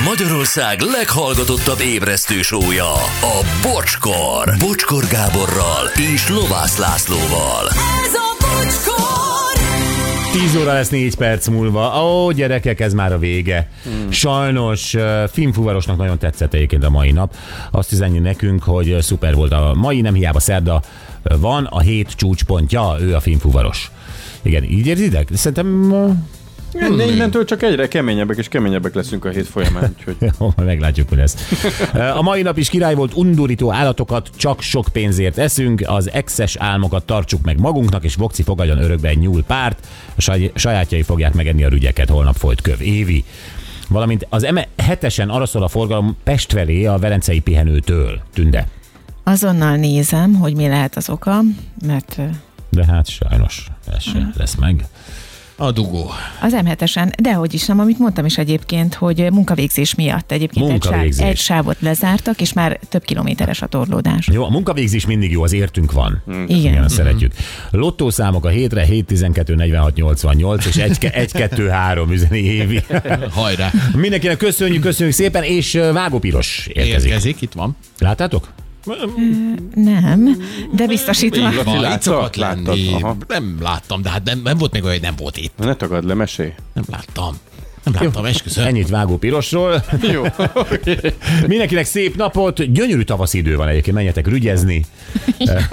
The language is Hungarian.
Magyarország leghallgatottabb ébresztő show-ja, a Bocskor. Bocskor Gáborral és Lovász Lászlóval. Ez a Bocskor! 10 óra lesz 4 perc múlva. Ó, gyerekek, ez már a vége. Sajnos filmfuvarosnak nagyon tetszett egyébként a mai nap. Azt üzenni nekünk, hogy szuper volt a mai, nem hiába szerda van, a hét csúcspontja, ő a filmfuvaros. Igen, így érzitek? Szerintem... Innentől csak egyre keményebbek és keményebbek leszünk a hét folyamán. Úgyhogy... Jó, meglátjuk, hogy lesz. A mai nap is király volt, undorító állatokat csak sok pénzért eszünk, az exes álmokat tartsuk meg magunknak, és Vokci fogadjon örökbe egy nyúl párt, a sajátjai fogják megenni a rügyeket, holnap folyt köv. Évi. Valamint az M7-esen arra szól a forgalom Pest felé a Velencei pihenőtől. Tünde. Azonnal nézem, hogy mi lehet az oka, mert... De hát sajnos ez sem lesz meg. A dugó. Az M7-esen, dehogy is nem, amit mondtam is egyébként, hogy munkavégzés miatt egyébként egy sávot lezártak, és már több kilométeres a torlódás. Jó, a munkavégzés mindig jó, az értünk van. Igen. Szeretjük. Lottószámok a hétre 7, 12, 46, 88 és 1, 2, 3 üzeni Évi. Hajrá. Mindenkinek köszönjük szépen, és Vágópiros érkezik. Itt van. Láttátok? Nem, de biztosítva. Itt szokott lenni. Nem láttam, de hát nem volt még olyan, hogy nem volt itt. Ne tagadd le, mesélj. Nem láttam, esküszöm. Ennyit Vágópirosról. Jó. Mindenkinek szép napot, gyönyörű tavaszi idő van egyébként, menjetek rügyezni.